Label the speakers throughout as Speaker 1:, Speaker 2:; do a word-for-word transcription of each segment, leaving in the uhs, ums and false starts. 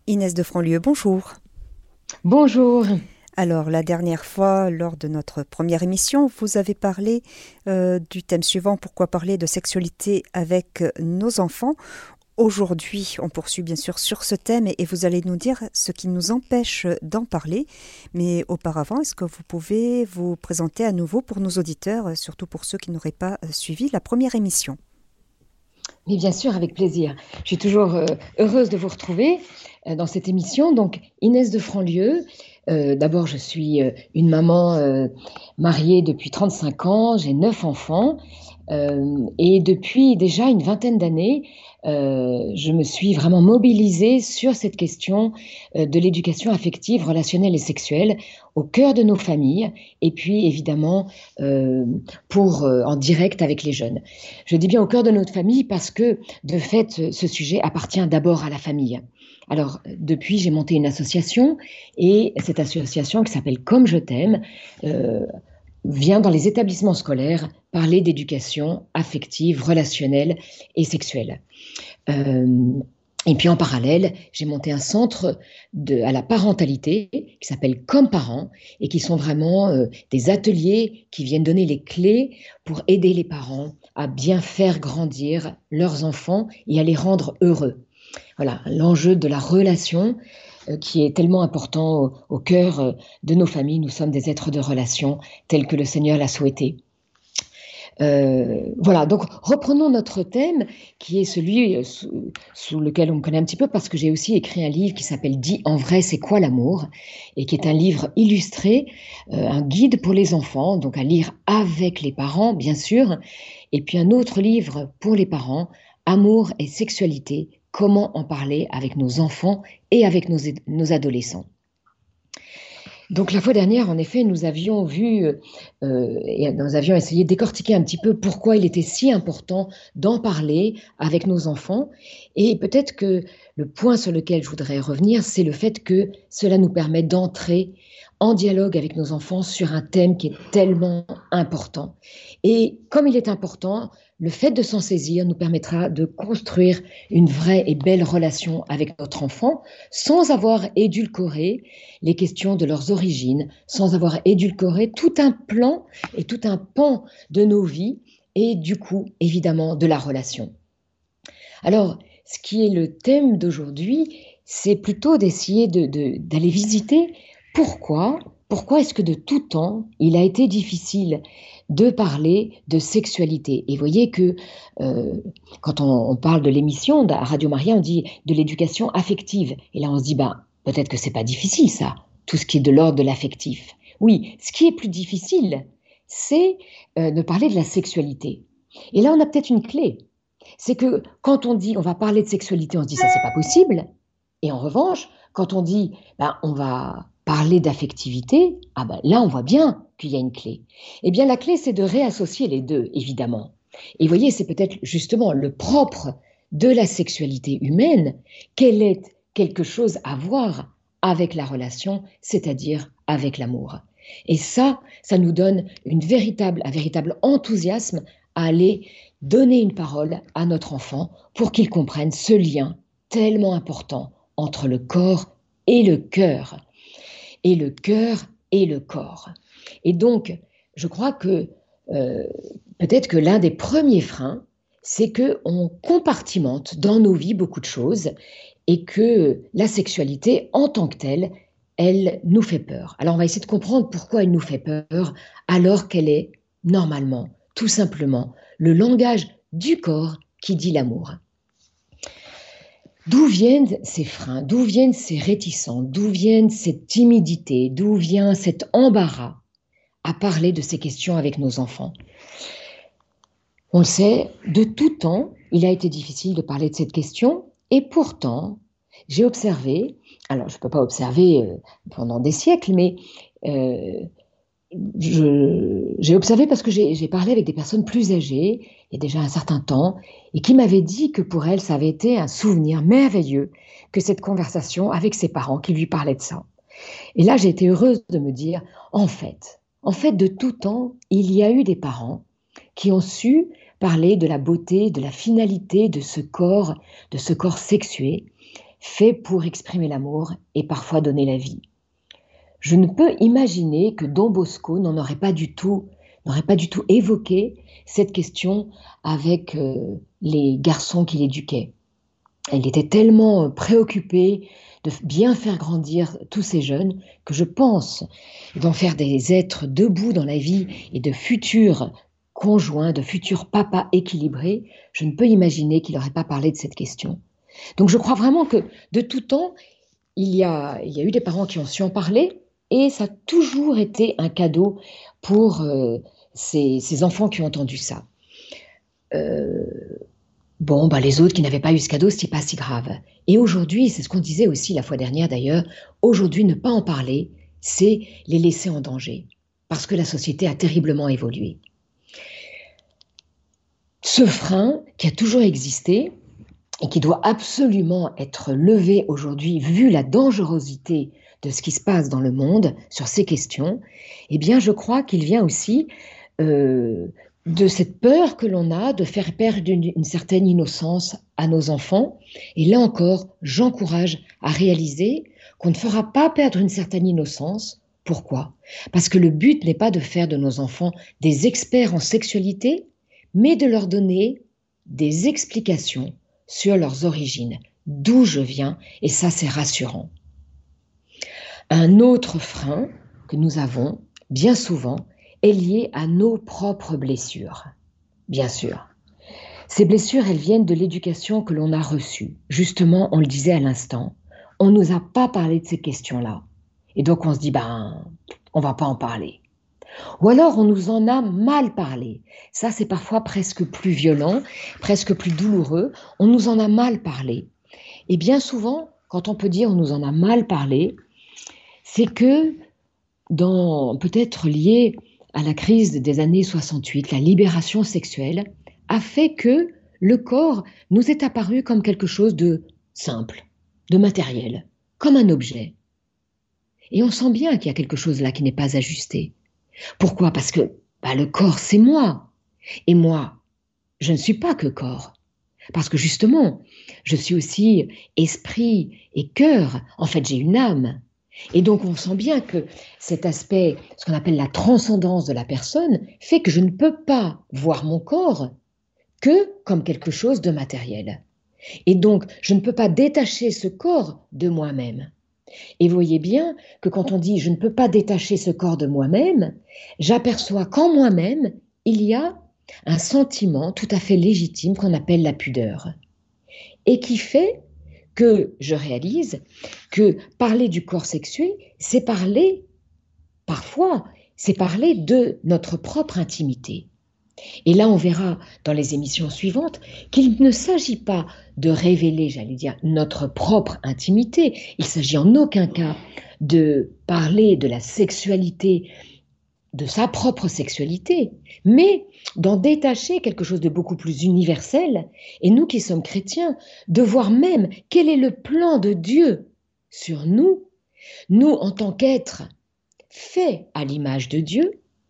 Speaker 1: Inès de Franlieu, bonjour.
Speaker 2: Bonjour.
Speaker 1: Alors, la dernière fois, lors de notre première émission, vous avez parlé euh, du thème suivant, pourquoi parler de sexualité avec euh, nos enfants. Aujourd'hui, on poursuit bien sûr sur ce thème et, et vous allez nous dire ce qui nous empêche d'en parler. Mais auparavant, est-ce que vous pouvez vous présenter à nouveau pour nos auditeurs, euh, surtout pour ceux qui n'auraient pas euh, suivi la première émission?
Speaker 2: Mais bien sûr, avec plaisir. Je suis toujours euh, heureuse de vous retrouver euh, dans cette émission. Donc, Inès de Franlieu. Euh, d'abord, je suis euh, une maman euh, mariée depuis trente-cinq ans. J'ai neuf enfants. Euh, et depuis déjà une vingtaine d'années, euh, je me suis vraiment mobilisée sur cette question euh, de l'éducation affective, relationnelle et sexuelle au cœur de nos familles. Et puis, évidemment, euh, pour, euh, en direct avec les jeunes. Je dis bien au cœur de notre famille parce que, de fait, ce sujet appartient d'abord à la famille. Alors, depuis, j'ai monté une association et cette association qui s'appelle Comme je t'aime euh, vient dans les établissements scolaires parler d'éducation affective, relationnelle et sexuelle. Euh, et puis en parallèle, j'ai monté un centre de, à la parentalité qui s'appelle Comme parents et qui sont vraiment euh, des ateliers qui viennent donner les clés pour aider les parents à bien faire grandir leurs enfants et à les rendre heureux. Voilà, l'enjeu de la relation euh, qui est tellement important au, au cœur euh, de nos familles. Nous sommes des êtres de relation tels que le Seigneur l'a souhaité. Euh, voilà, donc reprenons notre thème qui est celui sous, sous lequel on me connaît un petit peu parce que j'ai aussi écrit un livre qui s'appelle Dis en vrai, c'est quoi l'amour et qui est un livre illustré, euh, un guide pour les enfants, donc à lire avec les parents, bien sûr, et puis un autre livre pour les parents, Amour et sexualité, comment en parler avec nos enfants et avec nos, nos adolescents. Donc la fois dernière, en effet, nous avions vu euh, et nous avions essayé de décortiquer un petit peu pourquoi il était si important d'en parler avec nos enfants. Et peut-être que le point sur lequel je voudrais revenir, c'est le fait que cela nous permet d'entrer en dialogue avec nos enfants sur un thème qui est tellement important. Et comme il est important, le fait de s'en saisir nous permettra de construire une vraie et belle relation avec notre enfant sans avoir édulcoré les questions de leurs origines, sans avoir édulcoré tout un plan et tout un pan de nos vies et du coup, évidemment, de la relation. Alors, ce qui est le thème d'aujourd'hui, c'est plutôt d'essayer de, de, d'aller visiter pourquoi, pourquoi est-ce que de tout temps, il a été difficile de parler de sexualité. Et vous voyez que euh, quand on, on parle de l'émission à Radio Maria, on dit de l'éducation affective. Et là, on se dit, ben, peut-être que c'est pas difficile, ça, tout ce qui est de l'ordre de l'affectif. Oui, ce qui est plus difficile, c'est euh, de parler de la sexualité. Et là, on a peut-être une clé. C'est que quand on dit on va parler de sexualité, on se dit ça, c'est pas possible. Et en revanche, quand on dit ben, on va parler d'affectivité, ah ben, là, on voit bien qu'il y a une clé. Eh bien, la clé, c'est de réassocier les deux, évidemment. Et vous voyez, c'est peut-être justement le propre de la sexualité humaine, qu'elle ait quelque chose à voir avec la relation, c'est-à-dire avec l'amour. Et ça, ça nous donne une véritable, un véritable enthousiasme à aller donner une parole à notre enfant pour qu'il comprenne ce lien tellement important entre le corps et le cœur, et le cœur et le corps. Et donc, je crois que euh, peut-être que l'un des premiers freins, c'est qu'on compartimente dans nos vies beaucoup de choses et que la sexualité en tant que telle, elle nous fait peur. Alors on va essayer de comprendre pourquoi elle nous fait peur alors qu'elle est normalement, tout simplement, le langage du corps qui dit l'amour. D'où viennent ces freins? D'où viennent ces réticents? D'où viennent cette timidité? D'où vient cet embarras à parler de ces questions avec nos enfants? On le sait, de tout temps, il a été difficile de parler de cette question et pourtant, j'ai observé, alors je ne peux pas observer euh, pendant des siècles, mais euh, je, j'ai observé parce que j'ai, j'ai parlé avec des personnes plus âgées, il y a déjà un certain temps, et qui m'avaient dit que pour elles, ça avait été un souvenir merveilleux que cette conversation avec ses parents qui lui parlaient de ça. Et là, j'ai été heureuse de me dire, en fait, en fait, de tout temps, il y a eu des parents qui ont su parler de la beauté, de la finalité de ce corps, de ce corps sexué, fait pour exprimer l'amour et parfois donner la vie. Je ne peux imaginer que Don Bosco n'en aurait pas du tout, n'aurait pas du tout évoqué cette question avec euh, les garçons qu'il éduquait. Il était tellement préoccupé de bien faire grandir tous ces jeunes que je pense d'en faire des êtres debout dans la vie et de futurs conjoints, de futurs papas équilibrés. Je ne peux imaginer qu'il n'aurait pas parlé de cette question. Donc je crois vraiment que de tout temps, il y a, il y a eu des parents qui ont su en parler et ça a toujours été un cadeau pour euh, ces, ces enfants qui ont entendu ça. Euh, bon, bah, les autres qui n'avaient pas eu ce cadeau, ce n'est pas si grave. Et aujourd'hui, c'est ce qu'on disait aussi la fois dernière d'ailleurs, aujourd'hui ne pas en parler, c'est les laisser en danger, parce que la société a terriblement évolué. Ce frein qui a toujours existé, et qui doit absolument être levé aujourd'hui, vu la dangerosité de ce qui se passe dans le monde sur ces questions, eh bien, je crois qu'il vient aussi euh, de cette peur que l'on a de faire perdre une, une certaine innocence à nos enfants. Et là encore, j'encourage à réaliser qu'on ne fera pas perdre une certaine innocence. Pourquoi ? Parce que le but n'est pas de faire de nos enfants des experts en sexualité, mais de leur donner des explications sur leurs origines, d'où je viens, et ça c'est rassurant. Un autre frein que nous avons, bien souvent, est lié à nos propres blessures. Bien sûr. Ces blessures, elles viennent de l'éducation que l'on a reçue. Justement, on le disait à l'instant, on ne nous a pas parlé de ces questions-là. Et donc on se dit, ben, on ne va pas en parler. Ou alors on nous en a mal parlé. Ça, c'est parfois presque plus violent, presque plus douloureux. On nous en a mal parlé. Et bien souvent, quand on peut dire on nous en a mal parlé, c'est que, dans, peut-être lié à la crise des années soixante-huit, la libération sexuelle, a fait que le corps nous est apparu comme quelque chose de simple, de matériel, comme un objet. Et on sent bien qu'il y a quelque chose là qui n'est pas ajusté. Pourquoi ? Parce que bah, le corps, c'est moi. Et moi, je ne suis pas que corps. Parce que justement, je suis aussi esprit et cœur. En fait, j'ai une âme. Et donc, on sent bien que cet aspect, ce qu'on appelle la transcendance de la personne, fait que je ne peux pas voir mon corps que comme quelque chose de matériel. Et donc, je ne peux pas détacher ce corps de moi-même. Et voyez bien que quand on dit « je ne peux pas détacher ce corps de moi-même », j'aperçois qu'en moi-même, il y a un sentiment tout à fait légitime qu'on appelle la pudeur. Et qui fait que je réalise que parler du corps sexué, c'est parler, parfois, c'est parler de notre propre intimité. Et là, on verra dans les émissions suivantes qu'il ne s'agit pas de révéler, j'allais dire, notre propre intimité. Il s'agit en aucun cas de parler de la sexualité, de sa propre sexualité, mais d'en détacher quelque chose de beaucoup plus universel. Et nous qui sommes chrétiens, de voir même quel est le plan de Dieu sur nous, nous en tant qu'êtres faits à l'image de Dieu.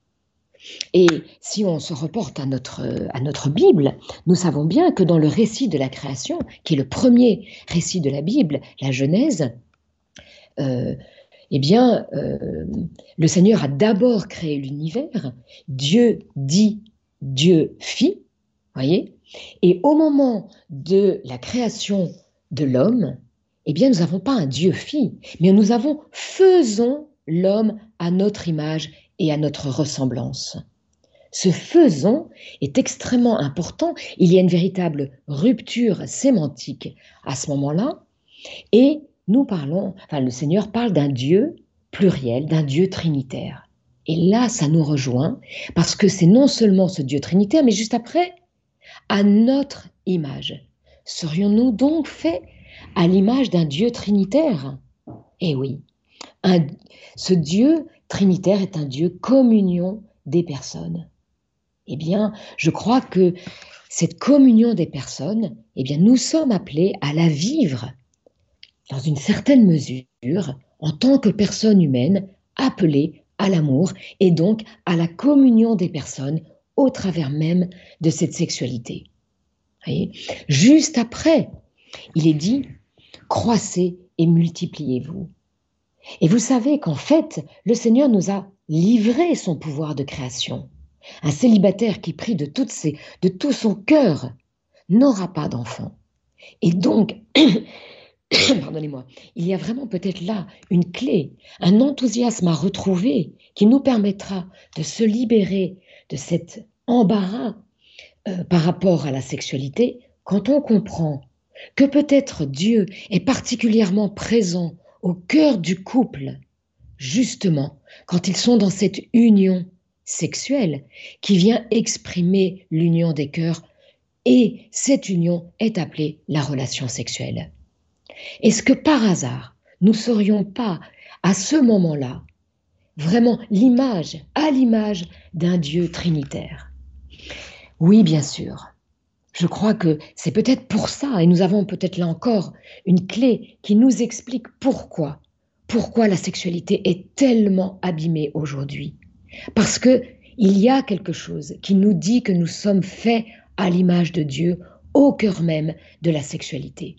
Speaker 2: Et si on se reporte à notre, à notre Bible, nous savons bien que dans le récit de la création, qui est le premier récit de la Bible, la Genèse, euh, eh bien, euh, le Seigneur a d'abord créé l'univers, Dieu dit, Dieu fit, voyez, et au moment de la création de l'homme, eh bien, nous n'avons pas un Dieu fit, mais nous avons faisons l'homme à notre image et à notre ressemblance. Ce faisons est extrêmement important. Il y a une véritable rupture sémantique à ce moment-là. Et nous parlons, enfin le Seigneur parle d'un Dieu pluriel, d'un Dieu trinitaire. Et là, ça nous rejoint parce que c'est non seulement ce Dieu trinitaire, mais juste après, à notre image. Serions-nous donc faits à l'image d'un Dieu trinitaire ? Eh oui, un, ce Dieu trinitaire est un Dieu communion des personnes. Eh bien, je crois que cette communion des personnes, eh bien, nous sommes appelés à la vivre dans une certaine mesure en tant que personnes humaines appelées à l'amour et donc à la communion des personnes au travers même de cette sexualité. Vous voyez ? Juste après, il est dit croissez et multipliez-vous. Et vous savez qu'en fait, le Seigneur nous a livré son pouvoir de création. Un célibataire qui prie de, toutes ses, de tout son cœur n'aura pas d'enfant. Et donc, pardonnez-moi, il y a vraiment peut-être là une clé, un enthousiasme à retrouver qui nous permettra de se libérer de cet embarras euh, par rapport à la sexualité quand on comprend que peut-être Dieu est particulièrement présent au cœur du couple, justement quand ils sont dans cette union sexuelle qui vient exprimer l'union des cœurs, et cette union est appelée la relation sexuelle. Est-ce que par hasard, nous ne serions pas à ce moment-là vraiment l'image, à l'image d'un Dieu trinitaire? Oui, bien sûr. Je crois que c'est peut-être pour ça, et nous avons peut-être là encore une clé qui nous explique pourquoi, pourquoi la sexualité est tellement abîmée aujourd'hui. Parce que il y a quelque chose qui nous dit que nous sommes faits à l'image de Dieu, au cœur même de la sexualité.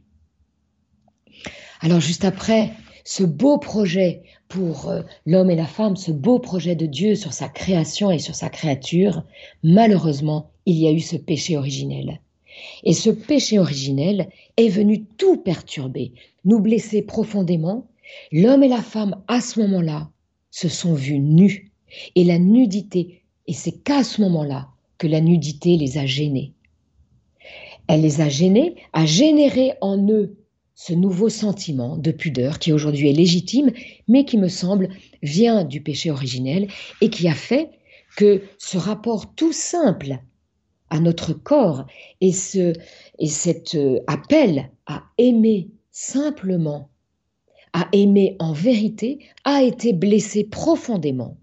Speaker 2: Alors juste après ce beau projet pour euh, l'homme et la femme, ce beau projet de Dieu sur sa création et sur sa créature, malheureusement, il y a eu ce péché originel. Et ce péché originel est venu tout perturber, nous blesser profondément. L'homme et la femme, à ce moment-là, se sont vus nus. Et la nudité, et c'est qu'à ce moment-là que la nudité les a gênés. Elle les a gênés, a généré en eux ce nouveau sentiment de pudeur qui aujourd'hui est légitime, mais qui me semble vient du péché originel et qui a fait que ce rapport tout simple à notre corps et, ce, et cet appel à aimer simplement, à aimer en vérité, a été blessé profondément.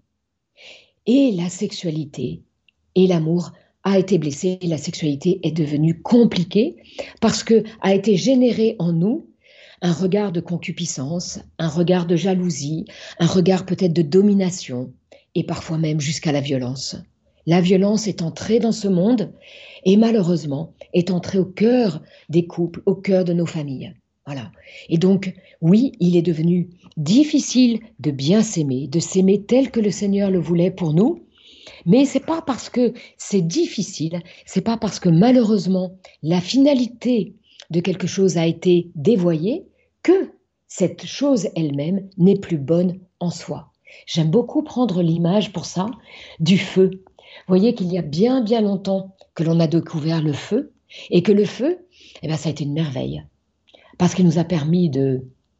Speaker 2: Et la sexualité et l'amour a été blessé, et la sexualité est devenue compliquée parce que a été généré en nous un regard de concupiscence, un regard de jalousie, un regard peut-être de domination et parfois même jusqu'à la violence. La violence est entrée dans ce monde et malheureusement est entrée au cœur des couples, au cœur de nos familles. Voilà. Et donc, oui, il est devenu difficile de bien s'aimer, de s'aimer tel que le Seigneur le voulait pour nous. Mais c'est pas parce que c'est difficile, c'est pas parce que malheureusement la finalité de quelque chose a été dévoyée que cette chose elle-même n'est plus bonne en soi. J'aime beaucoup prendre l'image pour ça du feu. Vous voyez qu'il y a bien bien longtemps que l'on a découvert le feu et que le feu, eh bien, ça a été une merveille parce qu'il nous a permis de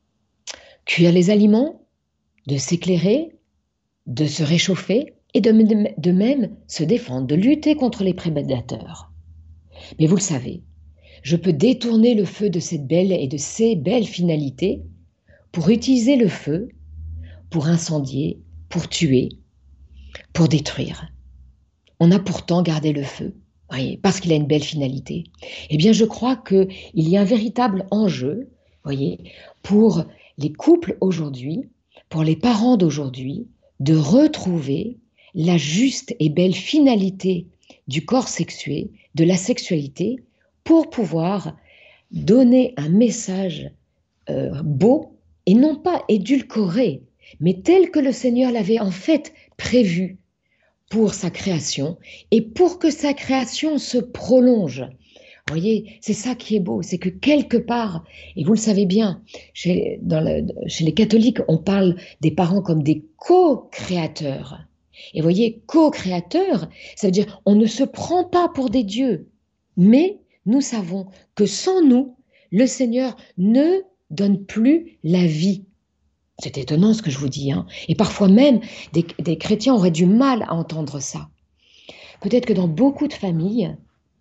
Speaker 2: cuire les aliments, de s'éclairer, de se réchauffer et de, de, de même se défendre, de lutter contre les prédateurs. Mais vous le savez, je peux détourner le feu de cette belle et de ces belles finalités pour utiliser le feu, pour incendier, pour tuer, pour détruire. On a pourtant gardé le feu, voyez, parce qu'il a une belle finalité. Eh bien, je crois qu'il y a un véritable enjeu, voyez, pour les couples aujourd'hui, pour les parents d'aujourd'hui, de retrouver la juste et belle finalité du corps sexué, de la sexualité, pour pouvoir donner un message euh, beau et non pas édulcoré, mais tel que le Seigneur l'avait en fait prévu pour sa création et pour que sa création se prolonge. Vous voyez, c'est ça qui est beau, c'est que quelque part, et vous le savez bien, chez, dans le, chez les catholiques, on parle des parents comme des co-créateurs. Et vous voyez, co-créateurs, ça veut dire on ne se prend pas pour des dieux, mais nous savons que sans nous, le Seigneur ne donne plus la vie. C'est étonnant ce que je vous dis, hein. Et parfois même, des, des chrétiens auraient du mal à entendre ça. Peut-être que dans beaucoup de familles,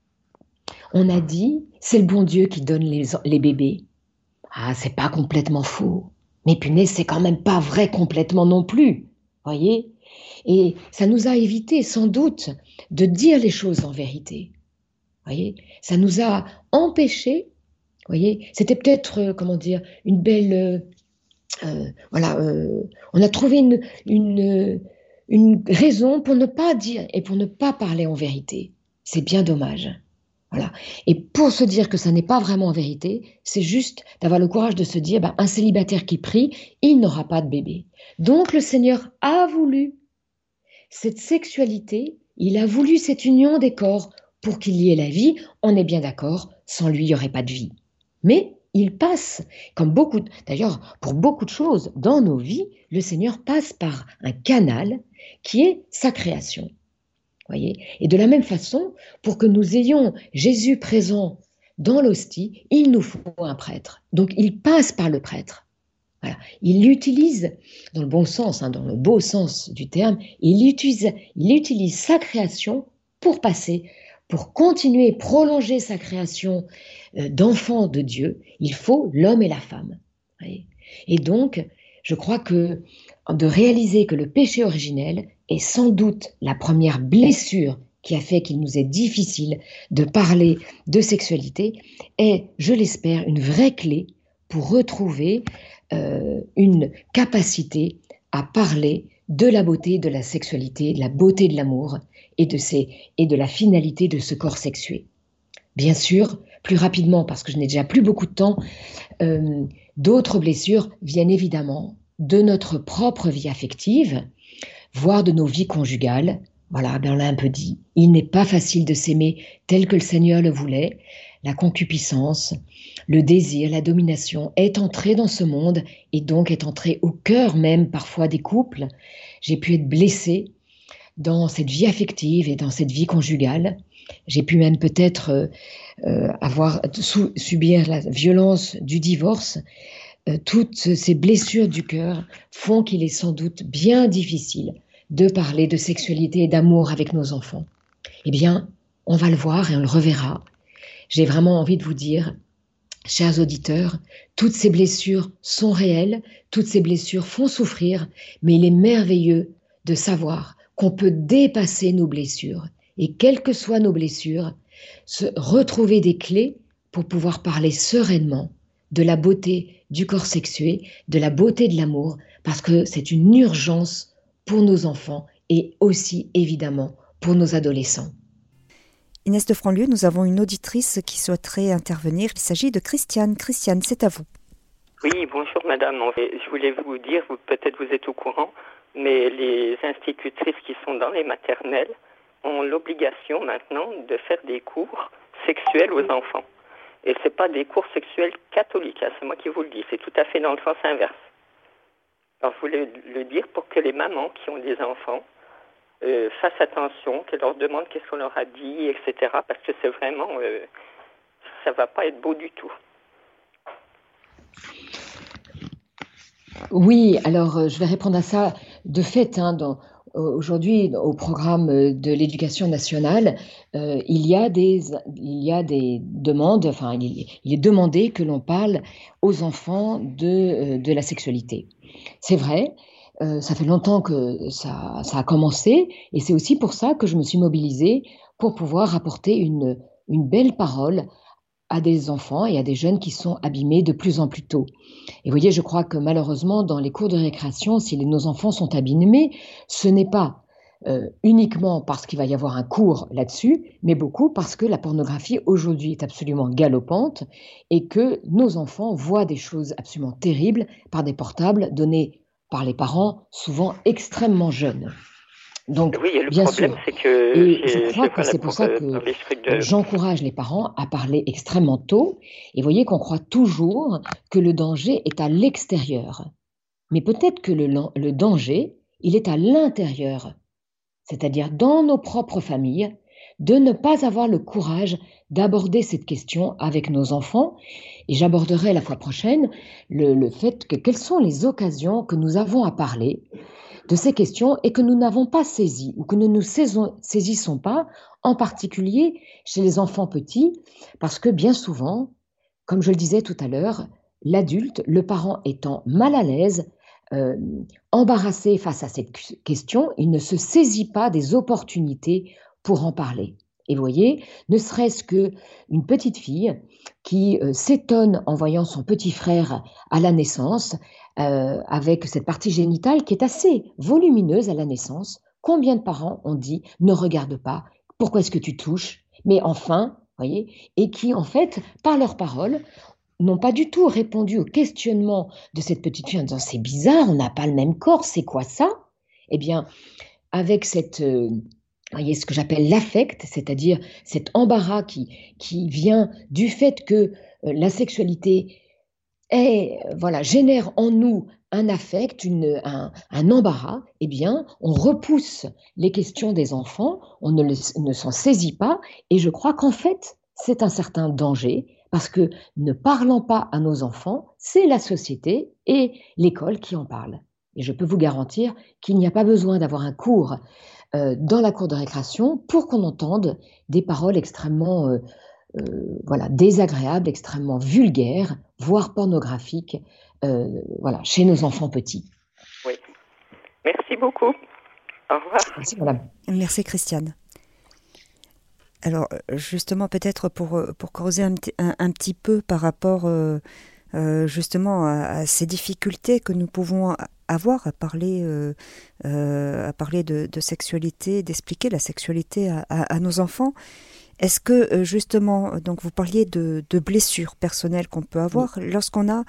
Speaker 2: on a dit, c'est le bon Dieu qui donne les, les bébés. Ah, c'est pas complètement faux. Mais punaise, c'est quand même pas vrai complètement non plus. Voyez ? Et ça nous a évité, sans doute, de dire les choses en vérité. Voyez ? Ça nous a empêchés. Voyez ? C'était peut-être, euh, comment dire, une belle... Euh, euh, voilà, euh, on a trouvé une, une, une raison pour ne pas dire et pour ne pas parler en vérité. C'est bien dommage. Voilà. Et pour se dire que ça n'est pas vraiment vérité, c'est juste d'avoir le courage de se dire, ben, un célibataire qui prie, il n'aura pas de bébé. Donc le Seigneur a voulu cette sexualité, il a voulu cette union des corps pour qu'il y ait la vie. On est bien d'accord, sans lui, il n'y aurait pas de vie. Mais il passe, comme beaucoup, d'ailleurs, pour beaucoup de choses dans nos vies, le Seigneur passe par un canal qui est sa création. Voyez. Et de la même façon, pour que nous ayons Jésus présent dans l'hostie, il nous faut un prêtre. Donc il passe par le prêtre. Voilà. Il utilise, dans le bon sens, hein, dans le beau sens du terme, il utilise, il utilise sa création pour passer, pour continuer, prolonger sa création euh, d'enfant de Dieu. Il faut l'homme et la femme. Voyez. Et donc, je crois que de réaliser que le péché originel est sans doute la première blessure qui a fait qu'il nous est difficile de parler de sexualité est, je l'espère, une vraie clé pour retrouver euh, une capacité à parler de la beauté de la sexualité, de la beauté de l'amour et de, ces, et de la finalité de ce corps sexué. Bien sûr, plus rapidement, parce que je n'ai déjà plus beaucoup de temps, euh, d'autres blessures viennent évidemment de notre propre vie affective, voire de nos vies conjugales. Voilà, ben on l'a un peu dit, il n'est pas facile de s'aimer tel que le Seigneur le voulait. La concupiscence, le désir, la domination est entrée dans ce monde et donc est entrée au cœur même parfois des couples. J'ai pu être blessée dans cette vie affective et dans cette vie conjugale. J'ai pu même peut-être euh, euh, avoir sou- subir la violence du divorce. Euh, toutes ces blessures du cœur font qu'il est sans doute bien difficile de parler de sexualité et d'amour avec nos enfants. Eh bien, on va le voir et on le reverra. J'ai vraiment envie de vous dire, chers auditeurs, toutes ces blessures sont réelles, toutes ces blessures font souffrir, mais il est merveilleux de savoir qu'on peut dépasser nos blessures et, quelles que soient nos blessures, se retrouver des clés pour pouvoir parler sereinement de la beauté du corps sexué, de la beauté de l'amour, parce que c'est une urgence pour nos enfants et aussi évidemment pour nos adolescents.
Speaker 1: Inès de Franlieu, nous avons une auditrice qui souhaiterait intervenir. Il s'agit de Christiane. Christiane, c'est à vous.
Speaker 3: Oui, bonjour madame. Je voulais vous dire, vous, peut-être vous êtes au courant, mais les institutrices qui sont dans les maternelles ont l'obligation maintenant de faire des cours sexuels aux enfants. Et ce n'est pas des cours sexuels catholiques, hein, c'est moi qui vous le dis, c'est tout à fait dans le sens inverse. Alors je voulais le dire pour que les mamans qui ont des enfants Euh, fassent attention, qu'elles leur demandent qu'est-ce qu'on leur a dit, et cetera. Parce que c'est vraiment, euh, ça va pas être beau du tout.
Speaker 2: Oui, alors euh, je vais répondre à ça. De fait, hein, dans, aujourd'hui, au programme de l'éducation nationale, euh, il y a des, il y a des demandes, enfin, il, il est demandé que l'on parle aux enfants de, euh, de la sexualité. C'est vrai. Euh, ça fait longtemps que ça, ça a commencé et c'est aussi pour ça que je me suis mobilisée pour pouvoir apporter une, une belle parole à des enfants et à des jeunes qui sont abîmés de plus en plus tôt. Et vous voyez, je crois que malheureusement, dans les cours de récréation, si les, nos enfants sont abîmés, ce n'est pas euh, uniquement parce qu'il va y avoir un cours là-dessus, mais beaucoup parce que la pornographie aujourd'hui est absolument galopante et que nos enfants voient des choses absolument terribles par des portables donnés par les parents, souvent extrêmement jeunes. Donc,
Speaker 3: oui, et le
Speaker 2: bien
Speaker 3: problème,
Speaker 2: sûr,
Speaker 3: c'est que
Speaker 2: et je crois que c'est pour ça que
Speaker 3: de...
Speaker 2: j'encourage les parents à parler extrêmement tôt. Et vous voyez qu'on croit toujours que le danger est à l'extérieur. Mais peut-être que le, le danger, il est à l'intérieur, c'est-à-dire dans nos propres familles, de ne pas avoir le courage d'aborder cette question avec nos enfants. Et j'aborderai la fois prochaine le, le fait que quelles sont les occasions que nous avons à parler de ces questions et que nous n'avons pas saisies ou que nous ne nous saisissons pas, en particulier chez les enfants petits, parce que bien souvent, comme je le disais tout à l'heure, l'adulte, le parent étant mal à l'aise, euh, embarrassé face à cette question, il ne se saisit pas des opportunités pour en parler. Et vous voyez, ne serait-ce qu'une petite fille qui euh, s'étonne en voyant son petit frère à la naissance, euh, avec cette partie génitale qui est assez volumineuse à la naissance. Combien de parents ont dit « ne regarde pas, pourquoi est-ce que tu touches ?» Mais enfin, voyez, et qui, en fait, par leurs paroles, n'ont pas du tout répondu au questionnement de cette petite fille en disant « c'est bizarre, on n'a pas le même corps, c'est quoi ça ?» Eh bien, avec cette, euh, voyez, ce que j'appelle l'affect, c'est-à-dire cet embarras qui, qui vient du fait que euh, la sexualité est, euh, voilà, génère en nous un affect, une, un, un embarras, eh bien, on repousse les questions des enfants, on ne, les, ne s'en saisit pas, et je crois qu'en fait, c'est un certain danger, parce que ne parlant pas à nos enfants, c'est la société et l'école qui en parlent. Et je peux vous garantir qu'il n'y a pas besoin d'avoir un cours euh, dans la cour de récréation pour qu'on entende des paroles extrêmement euh, euh, voilà, désagréables, extrêmement vulgaires, voire pornographiques, euh, voilà, chez nos enfants petits.
Speaker 3: Oui. Merci beaucoup. Au revoir.
Speaker 2: Merci, madame.
Speaker 1: Merci, Christiane. Alors, justement, peut-être pour, pour creuser un, un, un petit peu par rapport euh, euh, justement à, à ces difficultés que nous pouvons avoir à parler, euh, euh, à parler de, de sexualité, d'expliquer la sexualité à, à, à nos enfants. Est-ce que justement, donc vous parliez de, de blessures personnelles qu'on peut avoir oui. lorsqu'on a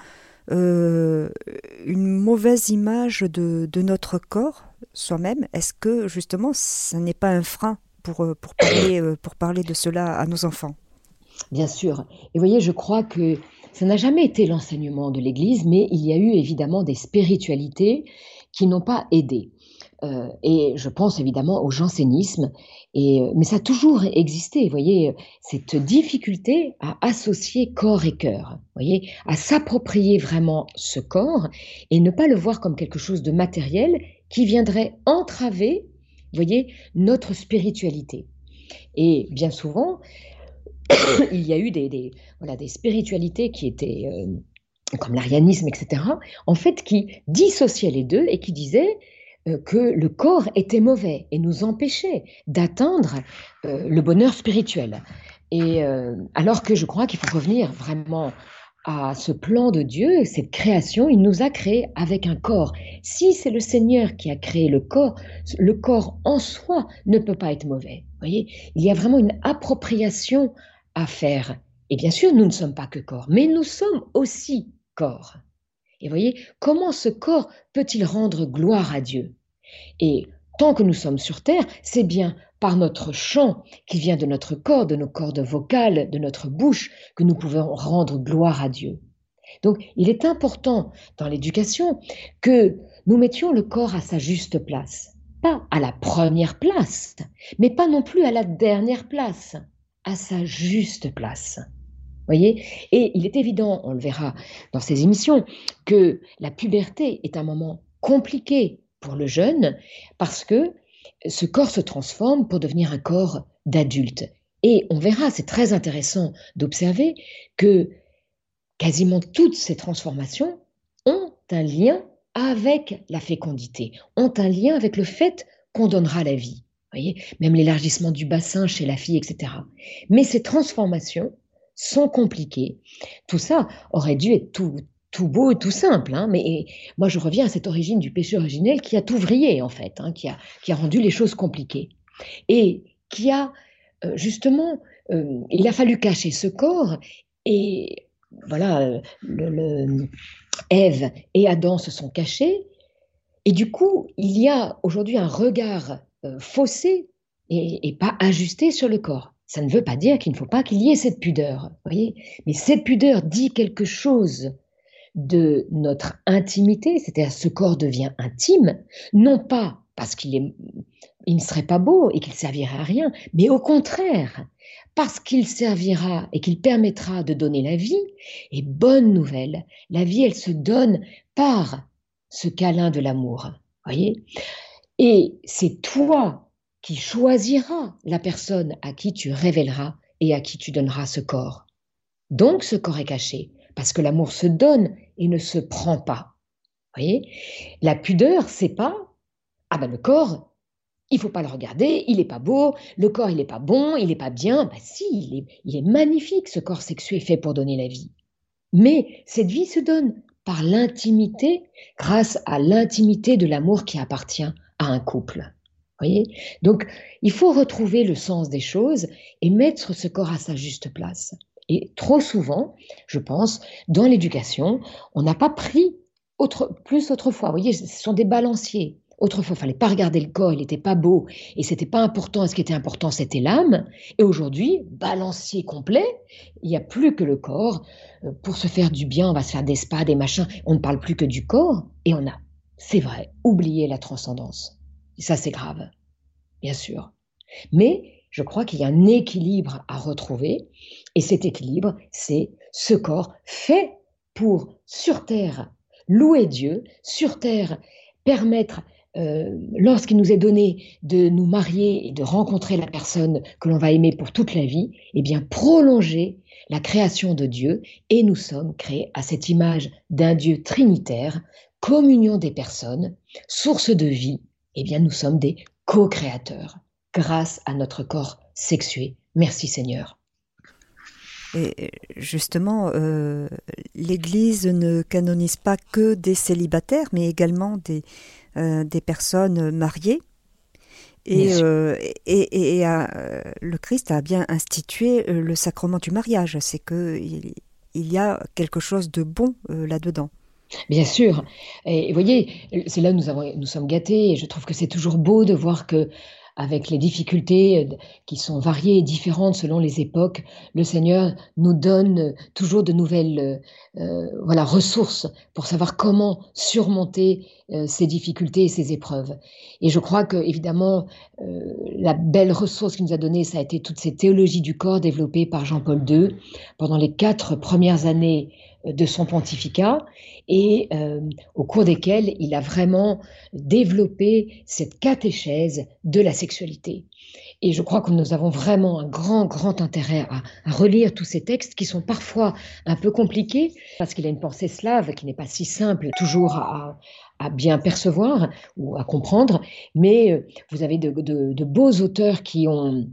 Speaker 1: euh, une mauvaise image de, de notre corps soi-même, est-ce que justement ce n'est pas un frein pour, pour, parler, pour parler de cela à nos enfants?
Speaker 2: Bien sûr. Et vous voyez, je crois que ça n'a jamais été l'enseignement de l'Église, mais il y a eu évidemment des spiritualités qui n'ont pas aidé. Euh, et je pense évidemment au jansénisme, et, mais ça a toujours existé, vous voyez, cette difficulté à associer corps et cœur, vous voyez, à s'approprier vraiment ce corps et ne pas le voir comme quelque chose de matériel qui viendrait entraver, vous voyez, notre spiritualité. Et bien souvent, il y a eu des, des, voilà, des spiritualités qui étaient, euh, comme l'arianisme, et cetera, en fait, qui dissociaient les deux et qui disaient euh, que le corps était mauvais et nous empêchait d'atteindre euh, le bonheur spirituel. Et euh, alors que je crois qu'il faut revenir vraiment à ce plan de Dieu, cette création, il nous a créés avec un corps. Si c'est le Seigneur qui a créé le corps, le corps en soi ne peut pas être mauvais. Vous voyez, il y a vraiment une appropriation à faire. Et bien sûr, nous ne sommes pas que corps, mais nous sommes aussi corps. Et vous voyez, comment ce corps peut-il rendre gloire à Dieu? Et tant que nous sommes sur terre, c'est bien par notre chant qui vient de notre corps, de nos cordes vocales, de notre bouche, que nous pouvons rendre gloire à Dieu. Donc, il est important dans l'éducation que nous mettions le corps à sa juste place. Pas à la première place, mais pas non plus à la dernière place, à sa juste place. Voyez? Et il est évident, on le verra dans ces émissions, que la puberté est un moment compliqué pour le jeune parce que ce corps se transforme pour devenir un corps d'adulte. Et on verra, c'est très intéressant d'observer que quasiment toutes ces transformations ont un lien avec la fécondité, ont un lien avec le fait qu'on donnera la vie. Voyez, même l'élargissement du bassin chez la fille, et cetera. Mais ces transformations sont compliquées. Tout ça aurait dû être tout, tout beau et tout simple, hein, mais moi je reviens à cette origine du péché originel qui a tout vrillé en fait, hein, qui a, qui a rendu les choses compliquées. Et qui a euh, justement, euh, il a fallu cacher ce corps et voilà, euh, le, le, Ève et Adam se sont cachés et du coup il y a aujourd'hui un regard euh, faussé et, et pas ajusté sur le corps. Ça ne veut pas dire qu'il ne faut pas qu'il y ait cette pudeur, voyez, mais cette pudeur dit quelque chose de notre intimité, c'est-à-dire ce corps devient intime, non pas parce qu'il est, il ne serait pas beau et qu'il servirait à rien, mais au contraire, parce qu'il servira et qu'il permettra de donner la vie. Et bonne nouvelle, la vie, elle se donne par ce câlin de l'amour, voyez. Et c'est toi qui choisiras la personne à qui tu révéleras et à qui tu donneras ce corps. Donc ce corps est caché, parce que l'amour se donne et ne se prend pas. Voyez, la pudeur, c'est pas ah ben le corps, il faut pas le regarder, il est pas beau, le corps il est pas bon, il est pas bien. Ben si, il est, il est magnifique ce corps sexué fait pour donner la vie. Mais cette vie se donne par l'intimité, grâce à l'intimité de l'amour qui appartient à un couple. Voyez ? Donc, il faut retrouver le sens des choses et mettre ce corps à sa juste place. Et trop souvent, je pense, dans l'éducation, on n'a pas pris autre, plus autrefois. Vous voyez, ce sont des balanciers. Autrefois, il ne fallait pas regarder le corps, il n'était pas beau, et ce n'était pas important. Ce qui était important, c'était l'âme. Et aujourd'hui, balancier complet, il n'y a plus que le corps. Pour se faire du bien, on va se faire des spas, des machins. On ne parle plus que du corps, et on a, c'est vrai, oublié la transcendance. Et ça, c'est grave, bien sûr. Mais je crois qu'il y a un équilibre à retrouver. Et cet équilibre, c'est ce corps fait pour, sur terre, louer Dieu, sur terre, permettre, euh, lorsqu'il nous est donné de nous marier et de rencontrer la personne que l'on va aimer pour toute la vie, eh bien prolonger la création de Dieu. Et nous sommes créés à cette image d'un Dieu trinitaire, communion des personnes, source de vie. Eh bien, nous sommes des co-créateurs grâce à notre corps sexué. Merci Seigneur.
Speaker 1: Et justement, euh, l'Église ne canonise pas que des célibataires, mais également des, euh, des personnes mariées. Et, euh, et, et, et euh, le Christ a bien institué le sacrement du mariage. C'est qu'il il y a quelque chose de bon euh, là-dedans.
Speaker 2: Bien sûr. Et vous voyez, c'est là où nous, avons, nous sommes gâtés. Et je trouve que c'est toujours beau de voir que, avec les difficultés qui sont variées et différentes selon les époques, le Seigneur nous donne toujours de nouvelles euh, voilà, ressources pour savoir comment surmonter euh, ces difficultés et ces épreuves. Et je crois que, évidemment, euh, la belle ressource qu'il nous a donnée, ça a été toutes ces théologies du corps développées par Jean-Paul deux pendant les quatre premières années de son pontificat, et euh, au cours desquelles il a vraiment développé cette catéchèse de la sexualité. Et je crois que nous avons vraiment un grand, grand intérêt à, à relire tous ces textes qui sont parfois un peu compliqués, parce qu'il a une pensée slave qui n'est pas si simple toujours à, à bien percevoir ou à comprendre, mais vous avez de, de, de beaux auteurs qui ont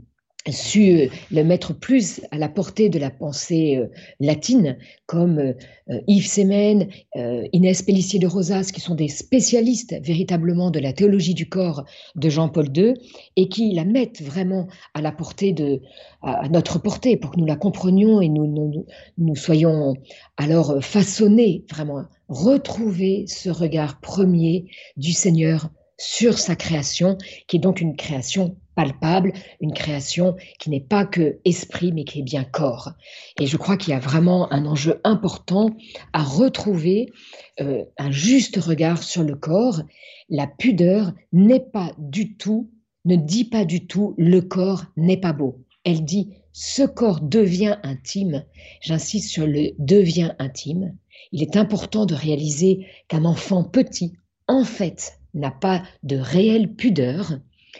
Speaker 2: su le mettre plus à la portée de la pensée euh, latine, comme euh, Yves Semen, euh, Inès Pélissier de Rosas, qui sont des spécialistes véritablement de la théologie du corps de Jean-Paul deux, et qui la mettent vraiment à la portée de, à, à notre portée, pour que nous la comprenions et nous, nous, nous soyons alors façonnés, vraiment, retrouver ce regard premier du Seigneur sur sa création, qui est donc une création palpable, une création qui n'est pas que esprit, mais qui est bien corps. Et je crois qu'il y a vraiment un enjeu important à retrouver euh, un juste regard sur le corps. La pudeur n'est pas du tout, ne dit pas du tout, le corps n'est pas beau. Elle dit, ce corps devient intime. J'insiste sur le devient intime. Il est important de réaliser qu'un enfant petit, en fait, n'a pas de réelle pudeur.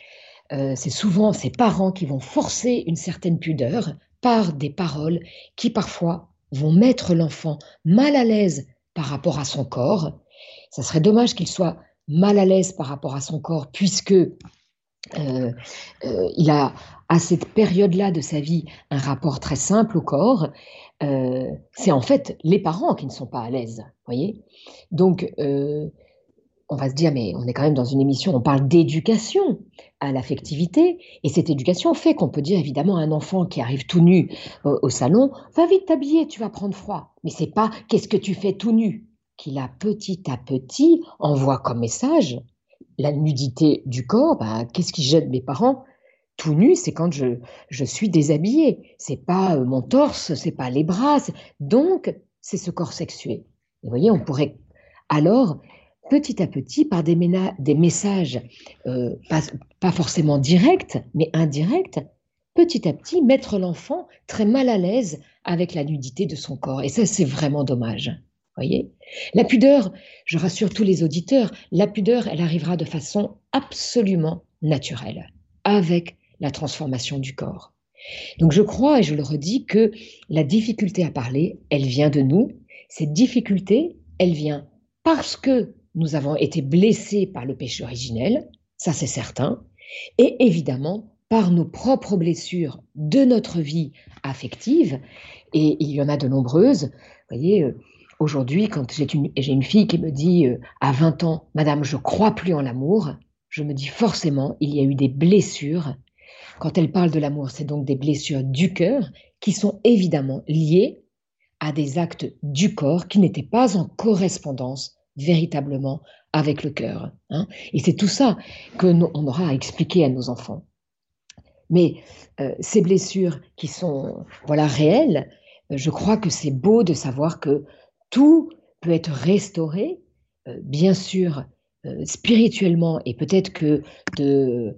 Speaker 2: Euh, c'est souvent ses parents qui vont forcer une certaine pudeur par des paroles qui parfois vont mettre l'enfant mal à l'aise par rapport à son corps. Ça serait dommage qu'il soit mal à l'aise par rapport à son corps, puisque euh, euh, il a à cette période-là de sa vie un rapport très simple au corps. Euh, c'est en fait les parents qui ne sont pas à l'aise, voyez. Donc euh, on va se dire, mais on est quand même dans une émission, on parle d'éducation à l'affectivité, et cette éducation fait qu'on peut dire évidemment à un enfant qui arrive tout nu au, au salon, va vite t'habiller, tu vas prendre froid. Mais c'est pas qu'est-ce que tu fais tout nu, qu'il a petit à petit envoie comme message la nudité du corps. Ben, qu'est-ce qui gêne mes parents? Tout nu, c'est quand je, je suis déshabillée, c'est pas euh, mon torse, c'est pas les bras, c'est... donc c'est ce corps sexué. Et vous voyez, on pourrait alors petit à petit, par des, ména- des messages euh, pas, pas forcément directs, mais indirects, petit à petit, mettre l'enfant très mal à l'aise avec la nudité de son corps. Et ça, c'est vraiment dommage. Voyez ? La pudeur, je rassure tous les auditeurs, la pudeur, elle arrivera de façon absolument naturelle, avec la transformation du corps. Donc je crois, et je le redis, que la difficulté à parler, elle vient de nous. Cette difficulté, elle vient parce que nous avons été blessés par le péché originel, ça c'est certain, et évidemment par nos propres blessures de notre vie affective, et il y en a de nombreuses. Vous voyez, euh, aujourd'hui, quand j'ai une, j'ai une fille qui me dit euh, à vingt ans, « Madame, je ne crois plus en l'amour », je me dis forcément, il y a eu des blessures. Quand elle parle de l'amour, c'est donc des blessures du cœur qui sont évidemment liées à des actes du corps qui n'étaient pas en correspondance véritablement avec le cœur. Hein. Et c'est tout ça qu'on aura à expliquer à nos enfants. Mais euh, ces blessures qui sont voilà, réelles, euh, je crois que c'est beau de savoir que tout peut être restauré, euh, bien sûr, euh, spirituellement, et peut-être que de...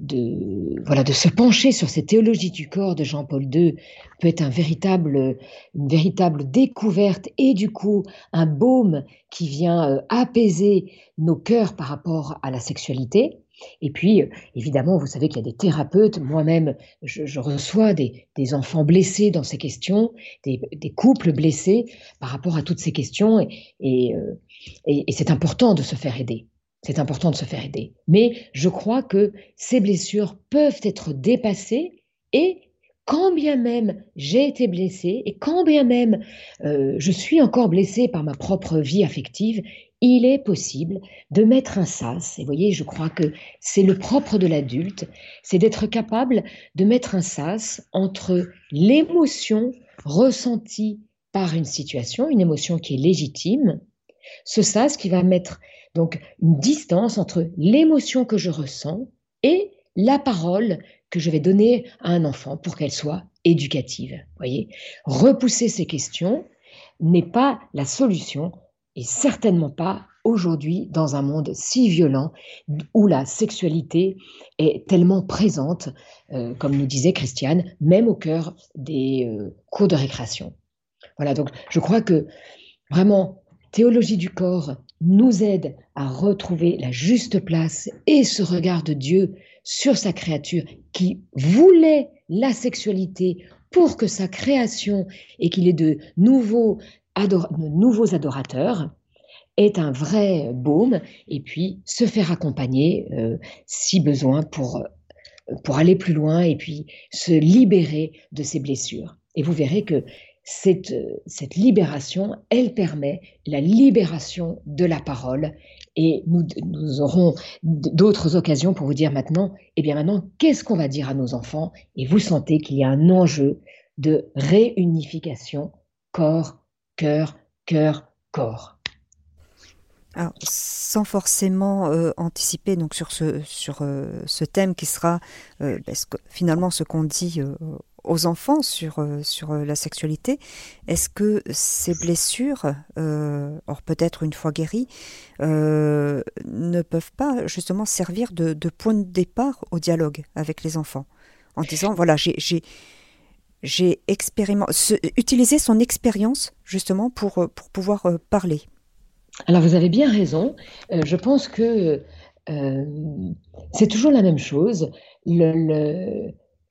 Speaker 2: De, voilà, de se pencher sur cette théologie du corps de Jean-Paul deux peut être un véritable, une véritable découverte et du coup un baume qui vient euh, apaiser nos cœurs par rapport à la sexualité. Et puis, euh, évidemment, vous savez qu'il y a des thérapeutes. Moi-même, je, je reçois des, des enfants blessés dans ces questions, des, des couples blessés par rapport à toutes ces questions. Et, et, euh, et, et c'est important de se faire aider. C'est important de se faire aider. Mais je crois que ces blessures peuvent être dépassées et quand bien même j'ai été blessée et quand bien même euh, je suis encore blessée par ma propre vie affective, il est possible de mettre un sas. Et vous voyez, je crois que c'est le propre de l'adulte, c'est d'être capable de mettre un sas entre l'émotion ressentie par une situation, une émotion qui est légitime, ce sas qui va mettre donc une distance entre l'émotion que je ressens et la parole que je vais donner à un enfant pour qu'elle soit éducative. Voyez, repousser ces questions n'est pas la solution et certainement pas aujourd'hui dans un monde si violent où la sexualité est tellement présente, euh, comme nous disait Christiane, même au cœur des euh, cours de récréation. Voilà, donc je crois que vraiment, théologie du corps nous aide à retrouver la juste place et ce regard de Dieu sur sa créature qui voulait la sexualité pour que sa création et qu'il ait de nouveaux, adora- de nouveaux adorateurs est un vrai baume et puis se faire accompagner euh, si besoin pour, pour aller plus loin et puis se libérer de ses blessures. Et vous verrez que Cette, cette libération, elle permet la libération de la parole et nous, nous aurons d'autres occasions pour vous dire maintenant, eh bien maintenant, qu'est-ce qu'on va dire à nos enfants? Et vous sentez qu'il y a un enjeu de réunification corps, cœur, cœur, corps.
Speaker 1: Alors, sans forcément euh, anticiper donc sur ce sur euh, ce thème qui sera euh, parce que finalement ce qu'on dit euh, aux enfants sur euh, sur la sexualité, est-ce que ces blessures, euh, or peut-être une fois guéries, euh, ne peuvent pas justement servir de, de point de départ au dialogue avec les enfants, en disant voilà j'ai j'ai j'ai expérimenté, utiliser son expérience justement pour pour pouvoir euh, parler.
Speaker 2: Alors, vous avez bien raison. Euh, je pense que euh, c'est toujours la même chose. Le, le,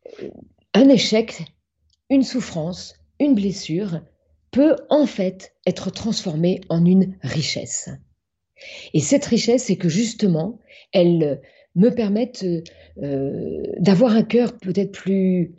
Speaker 2: un échec, une souffrance, une blessure peut en fait être transformée en une richesse. Et cette richesse, c'est que justement, elle me permette euh, d'avoir un cœur peut-être plus,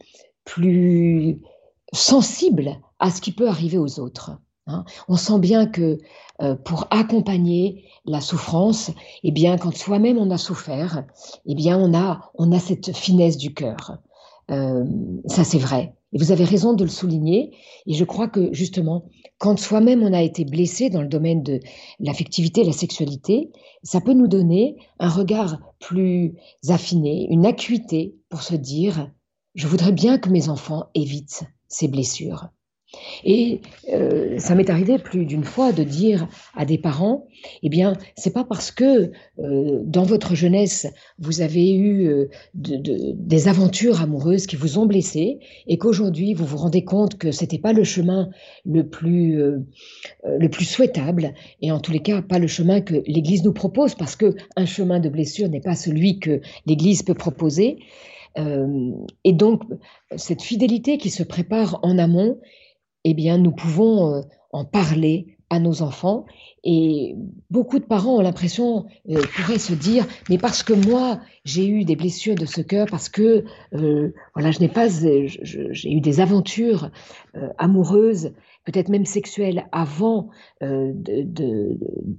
Speaker 2: plus sensible à ce qui peut arriver aux autres. Hein. On sent bien que euh, pour accompagner la souffrance, eh bien, quand soi-même on a souffert, eh bien, on a, on a cette finesse du cœur. Euh, ça, c'est vrai. Et vous avez raison de le souligner. Et je crois que justement, quand soi-même on a été blessé dans le domaine de l'affectivité, la sexualité, ça peut nous donner un regard plus affiné, une acuité pour se dire « je voudrais bien que mes enfants évitent ces blessures ». Et euh, ça m'est arrivé plus d'une fois de dire à des parents, eh bien, c'est pas parce que euh, dans votre jeunesse, vous avez eu euh, de, de, des aventures amoureuses qui vous ont blessé et qu'aujourd'hui, vous vous rendez compte que c'était pas le chemin le plus, euh, le plus souhaitable et en tous les cas, pas le chemin que l'Église nous propose parce qu'un chemin de blessure n'est pas celui que l'Église peut proposer. Euh, et donc, cette fidélité qui se prépare en amont, eh bien, nous pouvons euh, en parler à nos enfants. Et beaucoup de parents ont l'impression, euh, pourraient se dire, mais parce que moi, j'ai eu des blessures de ce cœur, parce que euh, voilà, je n'ai pas, je, je, j'ai eu des aventures euh, amoureuses, peut-être même sexuelles, avant euh, de, de,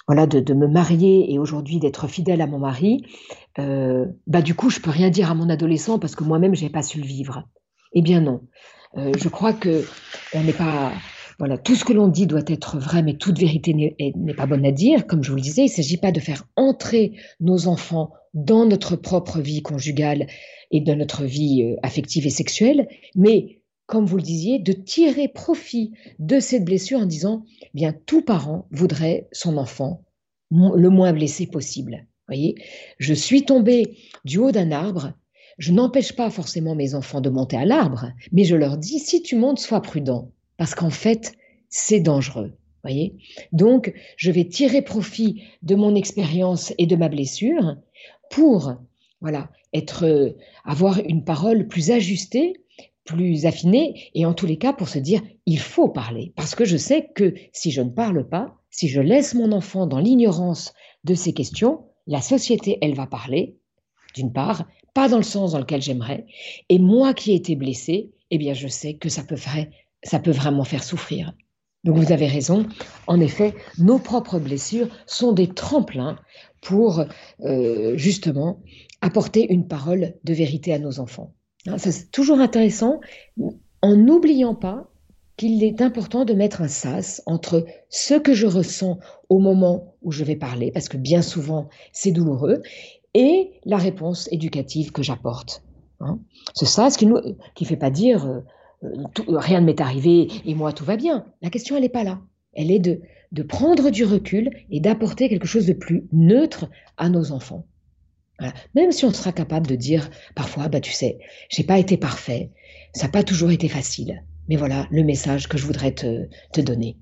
Speaker 2: voilà, de, de me marier et aujourd'hui d'être fidèle à mon mari, euh, bah du coup, je peux rien dire à mon adolescent parce que moi-même, j'ai pas su le vivre. Eh bien non. Euh, je crois que on n'est pas, voilà, tout ce que l'on dit doit être vrai, mais toute vérité n'est, n'est pas bonne à dire. Comme je vous le disais, il ne s'agit pas de faire entrer nos enfants dans notre propre vie conjugale et dans notre vie euh, affective et sexuelle, mais comme vous le disiez, de tirer profit de cette blessure en disant, eh bien, tout parent voudrait son enfant le moins blessé possible. Voyez, je suis tombée du haut d'un arbre. Je n'empêche pas forcément mes enfants de monter à l'arbre, mais je leur dis, si tu montes, sois prudent, parce qu'en fait, c'est dangereux. Voyez, donc, je vais tirer profit de mon expérience et de ma blessure pour, voilà, être, avoir une parole plus ajustée, plus affinée, et en tous les cas pour se dire, il faut parler, parce que je sais que si je ne parle pas, si je laisse mon enfant dans l'ignorance de ces questions, la société, elle va parler, d'une part, pas dans le sens dans lequel j'aimerais, et moi qui ai été blessée, eh bien je sais que ça peut, faire, ça peut vraiment faire souffrir. Donc vous avez raison, en effet, nos propres blessures sont des tremplins pour euh, justement apporter une parole de vérité à nos enfants. C'est toujours intéressant, en n'oubliant pas qu'il est important de mettre un sas entre ce que je ressens au moment où je vais parler, parce que bien souvent c'est douloureux, et la réponse éducative que j'apporte. Hein. Ce sas qui ne qui fait pas dire euh, tout, rien ne m'est arrivé et moi tout va bien. La question elle n'est pas là. Elle est de, de prendre du recul et d'apporter quelque chose de plus neutre à nos enfants. Voilà. Même si on sera capable de dire parfois, bah, tu sais, j'ai pas été parfait, ça n'a pas toujours été facile. Mais voilà le message que je voudrais te, te donner.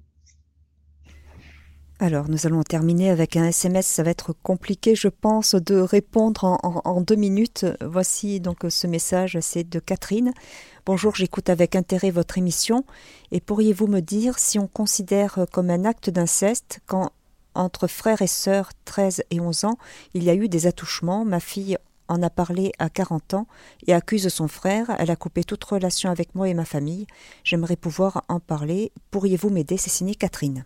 Speaker 1: Alors, nous allons terminer avec un S M S. Ça va être compliqué, je pense, de répondre en, en, en deux minutes. Voici donc ce message, c'est de Catherine. Bonjour, j'écoute avec intérêt votre émission. Et pourriez-vous me dire si on considère comme un acte d'inceste quand entre frères et sœurs, treize et onze ans, il y a eu des attouchements. Ma fille en a parlé à quarante ans et accuse son frère. Elle a coupé toute relation avec moi et ma famille. J'aimerais pouvoir en parler. Pourriez-vous m'aider? C'est signé Catherine.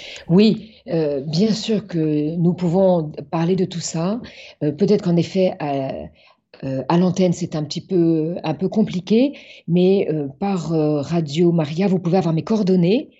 Speaker 2: Oui, euh, bien sûr que nous pouvons parler de tout ça. Euh, peut-être qu'en effet, à, euh, à l'antenne, c'est un petit peu, un peu compliqué, mais euh, par euh, Radio Maria, vous pouvez avoir mes coordonnées.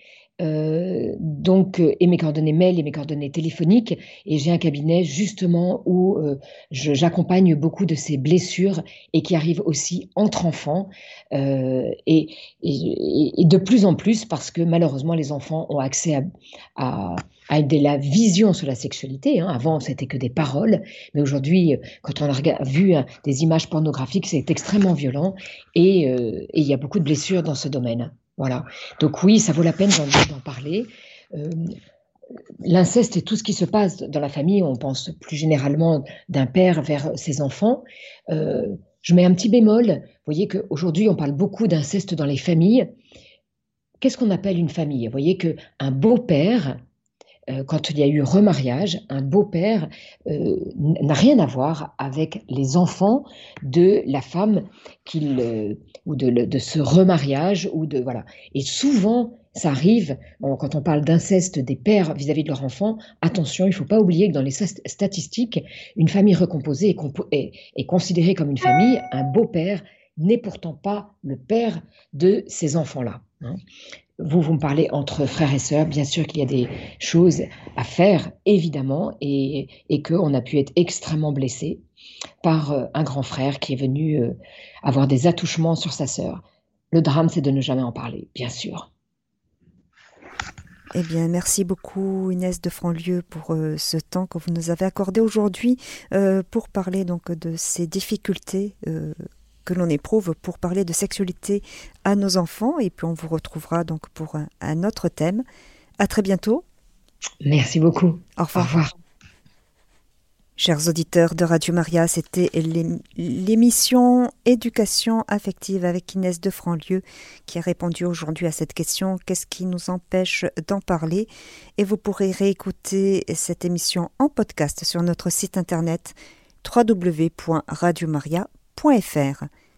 Speaker 2: Euh, donc, euh, et mes coordonnées mail et mes coordonnées téléphoniques, et j'ai un cabinet justement où euh, je, j'accompagne beaucoup de ces blessures et qui arrivent aussi entre enfants euh, et, et, et de plus en plus parce que malheureusement les enfants ont accès à, à, à de la vision sur la sexualité. Hein. Avant c'était que des paroles, mais aujourd'hui quand on a vu hein, des images pornographiques, c'est extrêmement violent et euh, et il y a beaucoup de blessures dans ce domaine. Voilà. Donc oui, ça vaut la peine d'en, d'en parler. Euh, l'inceste et tout ce qui se passe dans la famille, on pense plus généralement d'un père vers ses enfants. Euh, je mets un petit bémol. Vous voyez qu'aujourd'hui, on parle beaucoup d'inceste dans les familles. Qu'est-ce qu'on appelle une famille? Vous voyez qu'un beau-père, euh, quand il y a eu remariage, un beau-père euh, n'a rien à voir avec les enfants de la femme qu'il... Euh, ou de, de ce remariage, ou de voilà. Et souvent, ça arrive, quand on parle d'inceste des pères vis-à-vis de leurs enfants, attention, il ne faut pas oublier que dans les statistiques, une famille recomposée est, compo- est, est considérée comme une famille. Un beau-père n'est pourtant pas le père de ces enfants-là. Hein. Vous, vous me parlez entre frères et sœurs, bien sûr qu'il y a des choses à faire, évidemment, et, et qu'on a pu être extrêmement blessé par euh, un grand frère qui est venu euh, avoir des attouchements sur sa sœur. Le drame, c'est de ne jamais en parler, bien sûr.
Speaker 1: Eh bien, merci beaucoup Inès de Franlieu pour euh, ce temps que vous nous avez accordé aujourd'hui euh, pour parler donc de ces difficultés euh, que l'on éprouve pour parler de sexualité à nos enfants. Et puis on vous retrouvera donc pour un, un autre thème. À très bientôt.
Speaker 2: Merci beaucoup.
Speaker 1: Au revoir.
Speaker 2: Au revoir.
Speaker 1: Chers auditeurs de Radio Maria, c'était l'émission Éducation affective avec Inès de Franlieu qui a répondu aujourd'hui à cette question « Qu'est-ce qui nous empêche d'en parler ?» Et vous pourrez réécouter cette émission en podcast sur notre site internet w w w point radio maria point f r.